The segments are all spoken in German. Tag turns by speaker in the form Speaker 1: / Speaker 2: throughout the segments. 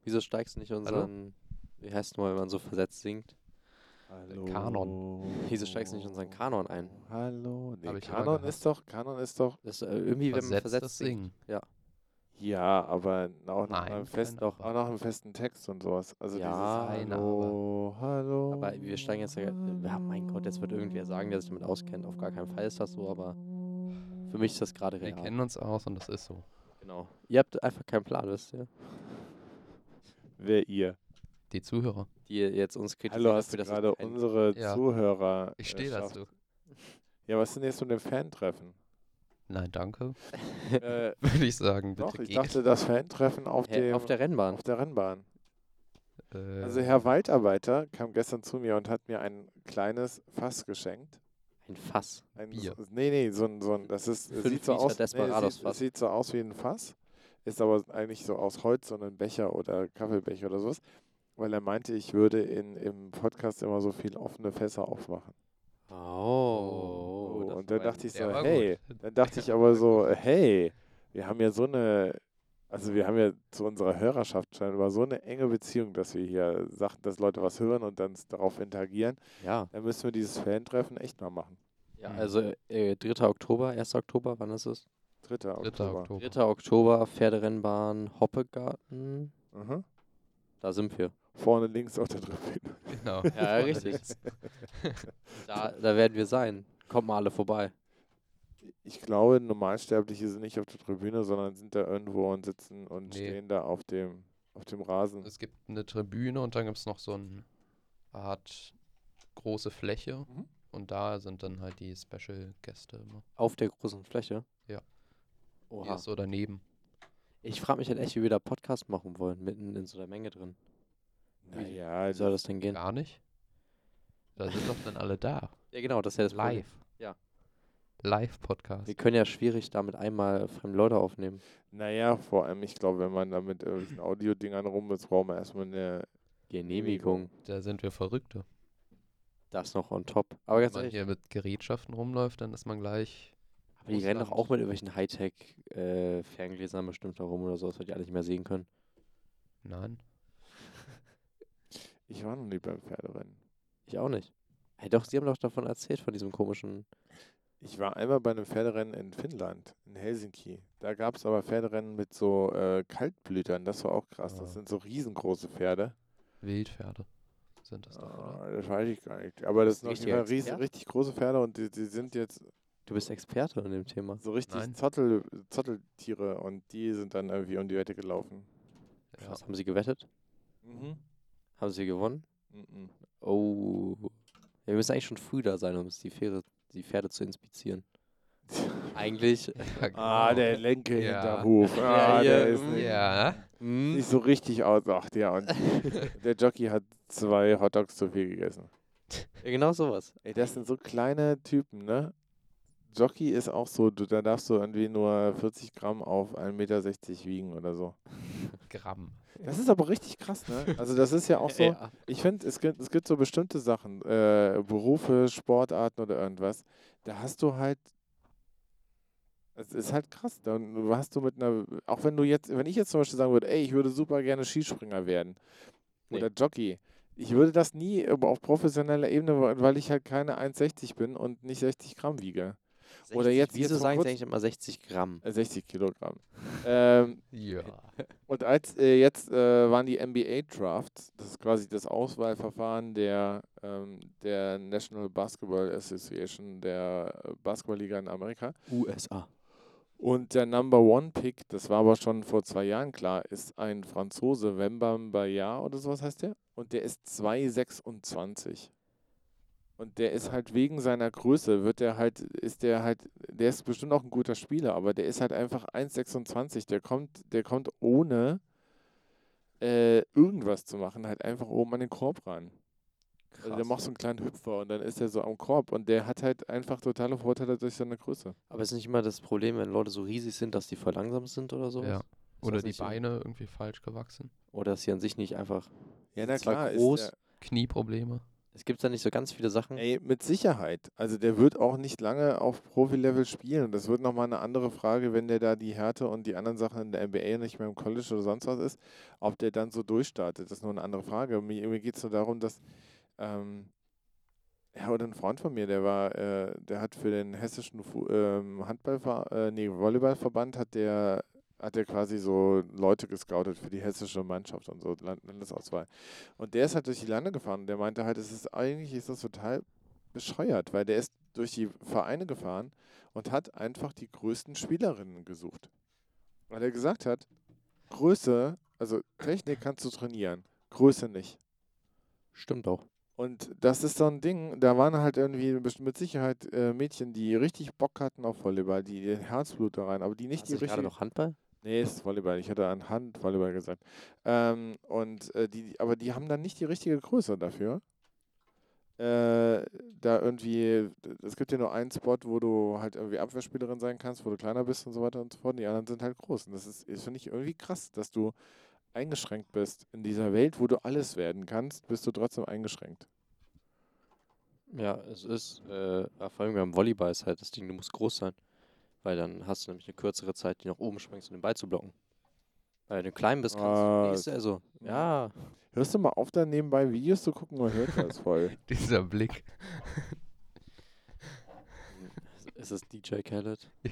Speaker 1: Wieso steigst du nicht unseren, wie heißt es mal, wenn man so versetzt singt?
Speaker 2: Hallo.
Speaker 3: Kanon.
Speaker 1: Wieso steigst du nicht unseren Kanon ein?
Speaker 2: Hallo. Nee,
Speaker 3: Hab ich immer
Speaker 2: Kanon
Speaker 3: gehasst.
Speaker 2: ist doch.
Speaker 1: Das ist irgendwie, wenn man
Speaker 3: Versetztes
Speaker 1: versetzt singt.
Speaker 3: Singen.
Speaker 1: Ja.
Speaker 2: Ja, aber auch nach
Speaker 3: Nein,
Speaker 2: einem festen,
Speaker 3: kein Aber.
Speaker 2: auch nach einem festen Text und sowas. Also
Speaker 1: Ja,
Speaker 2: dieses
Speaker 3: Kein
Speaker 2: Hallo.
Speaker 1: Aber wir steigen jetzt, ja, mein Gott, jetzt wird irgendwer sagen, der sich damit auskennt. Auf gar keinen Fall ist das so, aber für mich ist das gerade
Speaker 3: Wir
Speaker 1: real.
Speaker 3: kennen uns aus und das ist so.
Speaker 1: Genau. Ihr habt einfach keinen Plan, wisst ihr?
Speaker 2: Wer ihr?
Speaker 3: Die Zuhörer.
Speaker 1: Die ihr jetzt uns kritisiert
Speaker 2: Hallo, hast
Speaker 1: dafür,
Speaker 2: du
Speaker 1: dass es
Speaker 2: gerade
Speaker 1: kein-
Speaker 2: unsere
Speaker 3: Ja.
Speaker 2: Zuhörer
Speaker 3: Ich stehe
Speaker 2: schafft?
Speaker 3: dazu.
Speaker 2: Ja, was ist denn jetzt mit dem Fan-Treffen?
Speaker 3: Nein, danke.
Speaker 2: äh,
Speaker 3: Würde ich sagen, bitte
Speaker 2: doch, ich
Speaker 3: geht.
Speaker 2: dachte, das Fan-Treffen auf
Speaker 1: der Rennbahn.
Speaker 2: auf der Rennbahn.
Speaker 3: Äh,
Speaker 2: Also Herr Waldarbeiter kam gestern zu mir und hat mir ein kleines Fass geschenkt.
Speaker 1: Ein Fass.
Speaker 2: Ein,
Speaker 3: Bier.
Speaker 2: Nee, so ein, das ist, es
Speaker 1: 5
Speaker 2: sieht so
Speaker 1: Liter
Speaker 2: aus,
Speaker 1: Desperados-Fass.
Speaker 2: es sieht so aus wie ein Fass, ist aber eigentlich so aus Holz, so ein Becher oder Kaffeebecher oder sowas, weil er meinte, ich würde im Podcast immer so viel offene Fässer aufmachen.
Speaker 1: Oh. das
Speaker 2: Und dann
Speaker 1: war
Speaker 2: dachte ich
Speaker 3: der
Speaker 2: so,
Speaker 3: war
Speaker 2: hey,
Speaker 3: gut.
Speaker 2: dann dachte ich
Speaker 3: Der
Speaker 2: aber
Speaker 3: war
Speaker 2: so,
Speaker 3: gut.
Speaker 2: hey, wir haben ja so eine, also wir haben ja zu unserer Hörerschaft scheinbar so eine enge Beziehung, dass wir hier Sachen, dass Leute was hören und dann darauf interagieren.
Speaker 1: Ja.
Speaker 2: Dann müssen wir dieses Fan-Treffen echt mal machen.
Speaker 1: Ja,
Speaker 3: Mhm.
Speaker 1: also 3. Oktober, 1. Oktober, wann ist es?
Speaker 2: 3.
Speaker 3: 3.
Speaker 2: Oktober.
Speaker 3: Oktober.
Speaker 1: 3. Oktober, Pferderennbahn, Hoppegarten.
Speaker 2: Mhm.
Speaker 1: Da sind wir.
Speaker 2: Vorne links auf der Tribüne.
Speaker 3: Genau.
Speaker 1: Ja,
Speaker 3: Vorne
Speaker 1: richtig.
Speaker 3: links.
Speaker 1: Da werden wir sein. Kommt mal alle vorbei.
Speaker 2: Ich glaube, Normalsterbliche sind nicht auf der Tribüne, sondern sind da irgendwo und sitzen und
Speaker 3: Nee.
Speaker 2: stehen da auf dem Rasen.
Speaker 3: Es gibt eine Tribüne und dann gibt es noch so eine Art große Fläche.
Speaker 2: Mhm.
Speaker 3: Und da sind dann halt die Special-Gäste immer.
Speaker 1: Auf der großen Fläche.
Speaker 3: Ja. Hier
Speaker 1: Oha.
Speaker 3: ist so daneben.
Speaker 1: Ich frage mich halt echt, wie wir da Podcast machen wollen, mitten in so der Menge drin.
Speaker 2: Naja,
Speaker 1: Wie soll das denn gehen?
Speaker 3: Gar nicht. Da sind doch dann alle da.
Speaker 1: Ja, genau, das ist ja das Problem.
Speaker 3: Live.
Speaker 1: Ja.
Speaker 3: Live-Podcast.
Speaker 1: Wir können ja schwierig damit einmal fremde Leute aufnehmen.
Speaker 2: naja, vor allem, ich glaube, wenn man da mit irgendwelchen Audiodingern rum ist, brauchen wir erstmal eine
Speaker 1: Genehmigung.
Speaker 3: Da sind wir Verrückte.
Speaker 1: Das noch on top. Aber
Speaker 3: Wenn
Speaker 1: ganz
Speaker 3: man
Speaker 1: ehrlich,
Speaker 3: hier mit Gerätschaften rumläuft, dann ist man gleich.
Speaker 1: aber die rennen doch
Speaker 3: Russland.
Speaker 1: auch mit irgendwelchen Hightech-Ferngläsern bestimmt da rum oder so, dass wir die alle nicht mehr sehen können.
Speaker 3: Nein.
Speaker 2: Ich war noch nie beim Pferderennen.
Speaker 1: Ich auch nicht. Hey, doch, Sie haben doch davon erzählt, von diesem komischen...
Speaker 2: Ich war einmal bei einem Pferderennen in Finnland, in Helsinki. Da gab es aber Pferderennen mit so Kaltblütern. Das war auch krass. Das
Speaker 3: Ah.
Speaker 2: sind so riesengroße Pferde.
Speaker 3: Wildpferde sind das doch, oder?
Speaker 2: Das weiß ich gar nicht. Aber das sind auf
Speaker 1: Richtiger
Speaker 2: jeden Fall
Speaker 1: Experte?
Speaker 2: richtig große Pferde und die sind jetzt
Speaker 1: Du bist Experte in dem Thema.
Speaker 2: so richtig
Speaker 3: Nein.
Speaker 2: Zotteltiere und die sind dann irgendwie um die Wette gelaufen.
Speaker 3: Ja.
Speaker 1: Krass, haben Sie gewettet?
Speaker 2: Mhm.
Speaker 1: Haben Sie gewonnen?
Speaker 2: Mhm.
Speaker 1: Oh. Ja, wir müssen eigentlich schon früh da sein, um uns die Pferde zu inspizieren. Eigentlich.
Speaker 3: Ja,
Speaker 2: Ah,
Speaker 3: genau.
Speaker 2: der Lenke
Speaker 3: Ja.
Speaker 2: Hinterhof. Ah,
Speaker 1: Ja,
Speaker 2: der
Speaker 1: ja,
Speaker 2: ist nicht,
Speaker 3: Ja.
Speaker 2: nicht so richtig aus. Ach, der und der Jockey hat 2 Hotdogs zu viel gegessen.
Speaker 1: Ja, genau sowas.
Speaker 2: Ey, das sind so kleine Typen, ne? Jockey ist auch so, da darfst du irgendwie nur 40 Gramm auf 1,60 Meter wiegen oder so.
Speaker 3: Gramm.
Speaker 2: Das ist aber richtig krass, ne? Also das ist ja auch so,
Speaker 1: Ja.
Speaker 2: ich finde, es gibt so bestimmte Sachen, Berufe, Sportarten oder irgendwas, da hast du halt, es ist halt krass, dann hast du mit einer, auch wenn ich jetzt zum Beispiel sagen würde, ey, ich würde super gerne Skispringer werden oder Jockey, ich würde das nie auf professioneller Ebene, weil ich halt keine 1,60 bin und nicht 60 Gramm wiege. Oder
Speaker 1: 60,
Speaker 2: jetzt
Speaker 1: wieso
Speaker 2: vor
Speaker 1: sagen Sie
Speaker 2: kurzem-
Speaker 1: eigentlich immer 60 Gramm?
Speaker 2: 60 Kilogramm.
Speaker 3: Ja.
Speaker 2: Und als jetzt waren die NBA Drafts, das ist quasi das Auswahlverfahren der National Basketball Association, der Basketballliga in Amerika.
Speaker 1: USA.
Speaker 2: Und der Number One Pick, das war aber schon vor 2 Jahren klar, ist ein Franzose, Wembanyama oder sowas heißt der. Und der ist 2,26. Und der ist halt wegen seiner Größe, der ist bestimmt auch ein guter Spieler, aber der ist halt einfach 1,26. Der kommt ohne irgendwas zu machen, halt einfach oben an den Korb ran. Also der macht so einen kleinen Hüpfer und dann ist er so am Korb und der hat halt einfach totale Vorteile durch seine Größe.
Speaker 1: Aber ist nicht immer das Problem, wenn Leute so riesig sind, dass die voll langsam sind oder so?
Speaker 3: Ja.
Speaker 1: Ist
Speaker 3: Oder
Speaker 1: das
Speaker 3: die
Speaker 1: nicht so?
Speaker 3: Beine irgendwie falsch gewachsen.
Speaker 1: Oder dass sie an sich nicht einfach.
Speaker 2: Ja,
Speaker 1: die
Speaker 2: na
Speaker 1: sind zwar
Speaker 2: klar,
Speaker 1: groß,
Speaker 2: ist
Speaker 3: Knieprobleme.
Speaker 1: Es gibt da nicht so ganz viele Sachen.
Speaker 2: Ey, mit Sicherheit. Also der wird auch nicht lange auf Profi-Level spielen. Und das wird nochmal eine andere Frage, wenn der da die Härte und die anderen Sachen in der NBA nicht mehr im College oder sonst was ist, ob der dann so durchstartet. Das ist nur eine andere Frage. Mir geht es nur darum, dass ja, oder ein Freund von mir, der hat für den hessischen Volleyballverband hat der quasi so Leute gescoutet für die hessische Mannschaft und so, Landesauswahl. Und der ist halt durch die Lande gefahren und der meinte halt, eigentlich ist das total bescheuert, weil der ist durch die Vereine gefahren und hat einfach die größten Spielerinnen gesucht. Weil er gesagt hat, Größe, also Technik kannst du trainieren, Größe nicht.
Speaker 1: Stimmt auch.
Speaker 2: Und das ist so ein Ding, da waren halt irgendwie mit Sicherheit Mädchen, die richtig Bock hatten auf Volleyball, die ihr Herzblut da rein, aber die nicht
Speaker 1: Hast
Speaker 2: die
Speaker 1: du gerade
Speaker 2: richtige.
Speaker 1: noch Handball?
Speaker 2: Nee, es ist Volleyball. Ich hatte an Handvolleyball gesagt. Aber die haben dann nicht die richtige Größe dafür. Da irgendwie, es gibt ja nur einen Spot, wo du halt irgendwie Abwehrspielerin sein kannst, wo du kleiner bist und so weiter und so fort. Die anderen sind halt groß. Und das finde ich irgendwie krass, dass du eingeschränkt bist. In dieser Welt, wo du alles werden kannst, bist du trotzdem eingeschränkt.
Speaker 1: Ja, es ist, vor allem beim Volleyball ist halt das Ding, du musst groß sein. Weil dann hast du nämlich eine kürzere Zeit, die nach oben springst, um den Ball zu blocken. Weil wenn du klein bist, kannst du. Ist also, ja.
Speaker 2: Hörst du mal auf, da nebenbei Videos zu gucken, man hört das voll.
Speaker 3: Dieser Blick.
Speaker 1: Ist es DJ Khaled?
Speaker 3: Ja.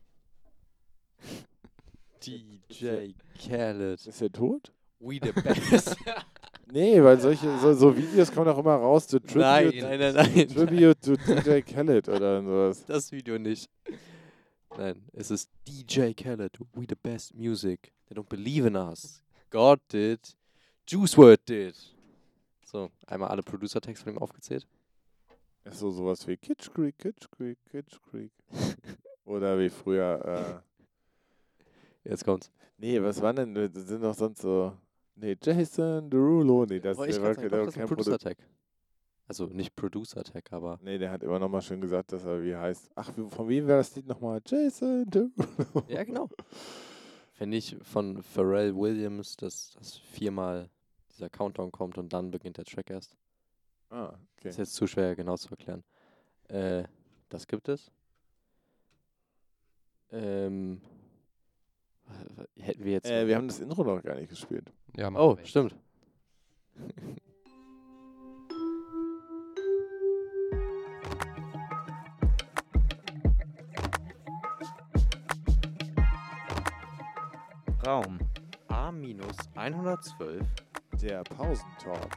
Speaker 1: DJ Khaled.
Speaker 2: Ist er tot?
Speaker 1: We the best.
Speaker 2: Nee, weil so Videos kommen auch immer raus.
Speaker 1: Nein.
Speaker 2: Tribute to DJ Khaled oder sowas.
Speaker 1: Das Video nicht. Nein, es ist DJ Khaled. We the best music. They don't believe in us. God did. Juice WRLD did. So, einmal alle Producer-Tags von ihm aufgezählt.
Speaker 2: Ist so sowas wie Kitsch Creek. Oder wie früher,
Speaker 1: Jetzt kommt's.
Speaker 2: nee, was waren denn, das sind doch sonst so, nee, Jason Derulo, nee, das
Speaker 1: Ich
Speaker 2: war
Speaker 1: das ist ein
Speaker 2: kein
Speaker 1: Producer-Tag. Also nicht Producer-Tag, aber
Speaker 2: Nee, der hat immer noch mal schön gesagt, dass er wie heißt. Ach, von wem wäre das Lied nochmal? Jason Derulo.
Speaker 1: ja, genau. Finde ich von Pharrell Williams, dass viermal dieser Countdown kommt und dann beginnt der Track erst.
Speaker 2: Ah, okay.
Speaker 1: Ist jetzt zu schwer genau zu erklären. Das gibt es. Hätten wir jetzt.
Speaker 2: Wir haben das Intro noch gar nicht gespielt.
Speaker 3: Ja,
Speaker 1: Oh,
Speaker 3: machen wir.
Speaker 1: stimmt. Raum A-112.
Speaker 2: Der Pausentalk.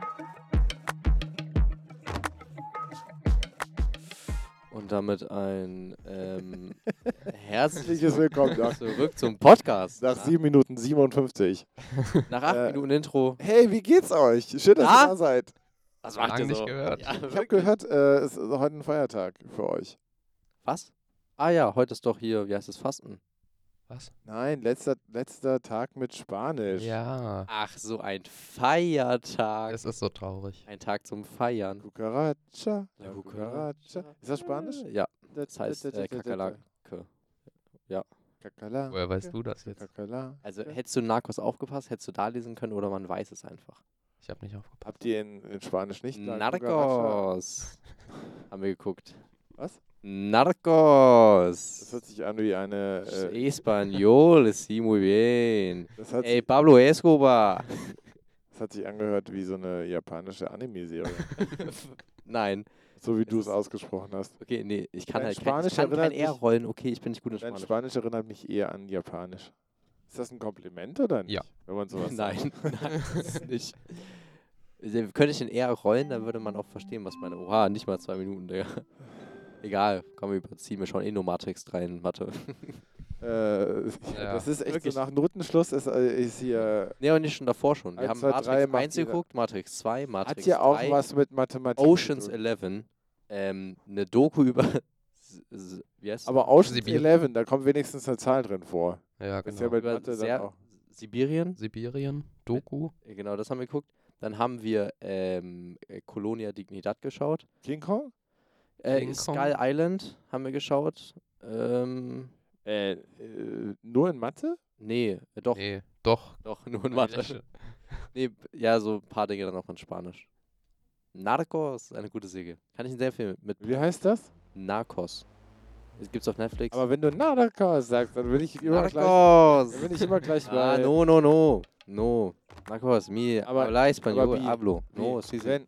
Speaker 1: Und damit ein herzliches
Speaker 2: Herzliches Willkommen
Speaker 1: zurück zum Podcast.
Speaker 2: nach 7 Minuten 57.
Speaker 1: Nach 8 Minuten Intro.
Speaker 2: Hey, wie geht's euch? Schön, dass
Speaker 1: Na?
Speaker 2: ihr da seid.
Speaker 1: Was
Speaker 3: Lange nicht gehört.
Speaker 1: Ja,
Speaker 2: Ich habe gehört, es ist heute ein Feiertag für euch.
Speaker 1: Was? Ah ja, heute ist doch hier, wie heißt es, Fasten?
Speaker 3: Was?
Speaker 2: Nein, letzter Tag mit Spanisch.
Speaker 3: Ja.
Speaker 1: Ach, so ein Feiertag.
Speaker 3: Es ist so traurig.
Speaker 1: Ein Tag zum Feiern.
Speaker 2: Cucaracha.
Speaker 1: La
Speaker 2: Cucaracha. Ist das Spanisch?
Speaker 1: Ja, das heißt Kakerlake.
Speaker 2: Kakala.
Speaker 3: Woher weißt du das jetzt?
Speaker 2: Kakala.
Speaker 1: Also hättest du in Narcos aufgepasst, hättest du da lesen können oder man weiß es einfach.
Speaker 3: Ich habe nicht aufgepasst.
Speaker 2: Habt ihr in Spanisch nicht? La Cucaracha?
Speaker 1: Narcos. Haben wir geguckt.
Speaker 2: Was?
Speaker 1: Narcos.
Speaker 2: Das hört sich an wie eine.
Speaker 1: Español, sí, muy bien.
Speaker 2: Das hat,
Speaker 1: Ey, Pablo Escobar.
Speaker 2: das hat sich angehört wie so eine japanische Anime-Serie.
Speaker 1: Nein.
Speaker 2: So wie
Speaker 1: Es
Speaker 2: du es
Speaker 1: ist-
Speaker 2: ausgesprochen hast.
Speaker 1: Okay, nee, ich kann
Speaker 2: Dein
Speaker 1: halt
Speaker 2: Spanisch
Speaker 1: ich kann kein
Speaker 2: erinnert mich-
Speaker 1: R-Rollen. Okay, ich bin nicht gut in
Speaker 2: Dein
Speaker 1: Spanisch.
Speaker 2: Spanisch erinnert mich eher an Japanisch. Ist das ein Kompliment oder nicht?
Speaker 3: Ja.
Speaker 2: Wenn man sowas
Speaker 1: Nein, nein, das ist nicht. Könnte ich den eher rollen, dann würde man auch verstehen, was meine. Oha, nicht mal 2 Minuten, Digga. Egal, komm, wir überziehen. Wir schauen eh nur Matrix 3 in Mathe.
Speaker 2: Das ist echt
Speaker 1: Wirklich.
Speaker 2: so nach Notenschluss ist hier.
Speaker 1: Nee, und nicht schon davor schon. Wir
Speaker 2: 1,
Speaker 1: haben
Speaker 2: 2, 3
Speaker 1: Matrix
Speaker 2: macht
Speaker 1: 1
Speaker 2: jeder.
Speaker 1: geguckt, Matrix 2,
Speaker 2: Hat
Speaker 1: Matrix
Speaker 2: ja auch
Speaker 1: 3,
Speaker 2: was mit Mathematik.
Speaker 1: Oceans
Speaker 2: zu tun.
Speaker 1: 11, eine Doku über. Wie heißt
Speaker 2: Aber Oceans
Speaker 3: Sibirien.
Speaker 2: 11, da kommt wenigstens eine Zahl drin vor.
Speaker 3: Ja,
Speaker 2: Das ist ja
Speaker 3: genau.
Speaker 2: mit
Speaker 1: über
Speaker 2: Mathe dann
Speaker 1: sehr,
Speaker 2: auch.
Speaker 1: Sibirien?
Speaker 3: Sibirien, Doku.
Speaker 1: Genau, das haben wir geguckt. Dann haben wir Colonia Dignidad geschaut.
Speaker 2: King Kong?
Speaker 3: King
Speaker 1: Skull
Speaker 3: Kong.
Speaker 1: Island haben wir geschaut.
Speaker 2: Nur in Mathe?
Speaker 1: Nee, doch,
Speaker 3: Nee, doch.
Speaker 1: doch, nur in Mathe. Nee, ja, so ein paar Dinge dann auch in Spanisch. Narcos ist eine gute Serie. Kann ich sehr viel mit
Speaker 2: Wie heißt das?
Speaker 1: Narcos. Das gibt's auf Netflix.
Speaker 2: Aber wenn du Narcos sagst, dann bin ich immer gleich.
Speaker 1: Narcos!
Speaker 2: Dann bin ich immer gleich
Speaker 1: Ah,
Speaker 2: bei.
Speaker 1: no. Narcos, mi
Speaker 2: Aber-
Speaker 1: habla español,
Speaker 2: Bi,
Speaker 1: hablo.
Speaker 2: Bi,
Speaker 1: No, sí, sí.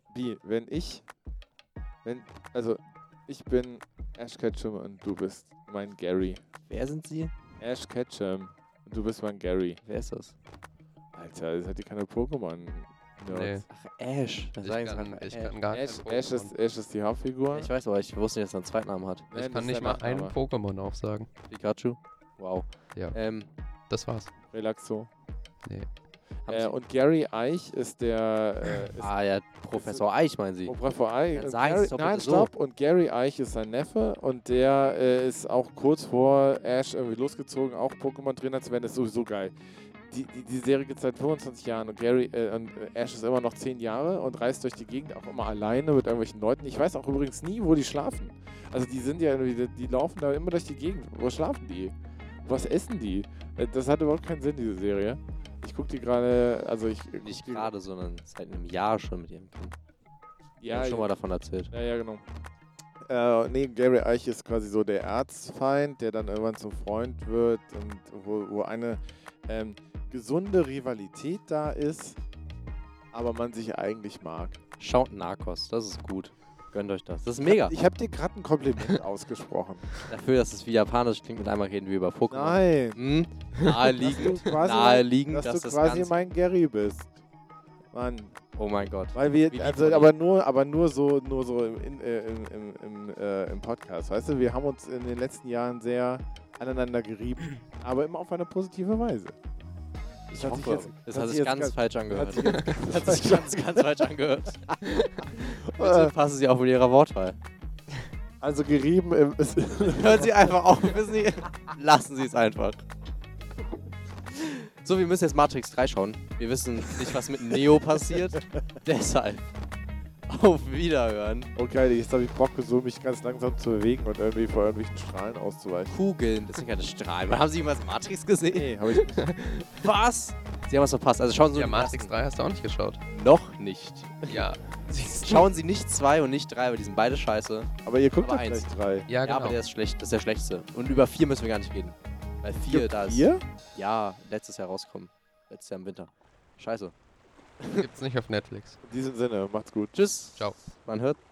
Speaker 2: Also ich bin Ash Ketchum und du bist mein Gary.
Speaker 1: Wer sind Sie?
Speaker 2: Ash Ketchum und du bist mein Gary.
Speaker 1: Wer ist das?
Speaker 2: Alter, das hat die keine Pokémon.
Speaker 3: Nee.
Speaker 1: Ach, Ash. Da sagen sie einfach
Speaker 3: Ich
Speaker 1: Ash.
Speaker 3: kann gar kein
Speaker 2: Ash
Speaker 3: Pokémon.
Speaker 2: ist die Hauptfigur.
Speaker 1: Ich weiß, aber ich wusste nicht, dass er einen zweiten Namen hat.
Speaker 2: Nein,
Speaker 3: Ich
Speaker 2: das
Speaker 3: kann
Speaker 2: ist
Speaker 3: nicht
Speaker 2: der
Speaker 3: mal einen
Speaker 2: Nachname.
Speaker 3: Pokémon aufsagen.
Speaker 1: Pikachu? Wow.
Speaker 3: Ja. Das war's.
Speaker 2: Relaxo.
Speaker 1: Haben Sie-
Speaker 2: Und Gary Eich ist der
Speaker 1: ah ja, Professor Eich, meinen Sie?
Speaker 2: Professor Eich.
Speaker 1: Dann
Speaker 2: Und
Speaker 1: sagen Sie
Speaker 2: Gary,
Speaker 1: es doch
Speaker 2: nein,
Speaker 1: bitte so.
Speaker 2: stopp. Und Gary Eich ist sein Neffe und der ist auch kurz vor Ash irgendwie losgezogen, auch Pokémon-Trainer zu werden. Das ist sowieso geil. Die Serie gibt es seit 25 Jahren und Ash ist immer noch 10 Jahre und reist durch die Gegend, auch immer alleine mit irgendwelchen Leuten. Ich weiß auch übrigens nie, wo die schlafen. Also die sind ja irgendwie, die laufen da immer durch die Gegend. Wo schlafen die? Was essen die? Das hat überhaupt keinen Sinn, diese Serie. Ich gucke die gerade, also ich guck
Speaker 1: Nicht
Speaker 2: die-
Speaker 1: gerade, sondern seit einem Jahr schon mit Ihrem Kind. Ich
Speaker 2: Ja,
Speaker 1: habe schon mal davon erzählt.
Speaker 2: Ja, genau. Nee, Gary Eich ist quasi so der Erzfeind, der dann irgendwann zum Freund wird und wo eine gesunde Rivalität da ist, aber man sich eigentlich mag.
Speaker 1: Schaut Narcos, das ist gut. Gönnt euch das. Das ist mega.
Speaker 2: Ich habe dir gerade ein Kompliment ausgesprochen.
Speaker 1: Dafür, dass es wie Japanisch klingt, mit einmal reden wir über Pokémon.
Speaker 2: Nein.
Speaker 1: Hm?
Speaker 2: Dass
Speaker 1: Naheliegend,
Speaker 2: du quasi,
Speaker 1: naheliegend,
Speaker 2: dass
Speaker 1: dass
Speaker 2: du
Speaker 1: das
Speaker 2: quasi
Speaker 1: ganz...
Speaker 2: mein Gary bist. Mann.
Speaker 1: Oh mein Gott.
Speaker 2: Weil wir,
Speaker 1: Wie
Speaker 2: also
Speaker 1: lieb
Speaker 2: aber nur so im Podcast, weißt du? Wir haben uns in den letzten Jahren sehr aneinander gerieben, aber immer auf eine positive Weise.
Speaker 1: Ich
Speaker 2: hat sich
Speaker 1: hoffe,
Speaker 2: jetzt-
Speaker 1: das
Speaker 2: hat
Speaker 1: hat
Speaker 2: sich
Speaker 1: sich
Speaker 2: jetzt
Speaker 1: ganz falsch angehört.
Speaker 2: Hat sich jetzt
Speaker 1: Hat sich ganz falsch angehört. Bitte passen Sie auf mit Ihrer Wortwahl.
Speaker 2: Also gerieben ist
Speaker 1: Hören Sie einfach auf, wissen Sie? Lassen Sie es einfach. So, wir müssen jetzt Matrix 3 schauen. Wir wissen nicht, was mit Neo passiert. Deshalb auf Wiederhören.
Speaker 2: Okay, jetzt habe ich Bock, so mich ganz langsam zu bewegen und irgendwie vor irgendwelchen Strahlen auszuweichen.
Speaker 1: Kugeln, das sind keine Strahlen. Haben Sie jemals Matrix gesehen?
Speaker 2: Nee, habe ich nicht.
Speaker 1: Was? Sie haben was verpasst. Also schauen Sie
Speaker 3: Ja,
Speaker 1: den
Speaker 3: Matrix
Speaker 1: ersten.
Speaker 3: 3 hast du auch nicht geschaut.
Speaker 1: Noch nicht.
Speaker 3: Ja.
Speaker 1: Schauen Sie nicht 2 und nicht 3, weil die sind beide scheiße.
Speaker 2: Aber ihr guckt
Speaker 1: Aber
Speaker 2: doch
Speaker 1: eins.
Speaker 2: gleich 3.
Speaker 3: Ja,
Speaker 1: Ja,
Speaker 3: genau.
Speaker 1: aber der ist schlecht. Das ist der schlechteste. Und über 4 müssen wir gar nicht reden. Weil 4 da ist.
Speaker 2: 4?
Speaker 1: Ja, letztes Jahr rauskommen. Letztes Jahr im Winter. Scheiße.
Speaker 3: Gibt's nicht auf Netflix.
Speaker 2: In diesem Sinne, macht's gut.
Speaker 1: Tschüss.
Speaker 3: Ciao.
Speaker 1: Man hört.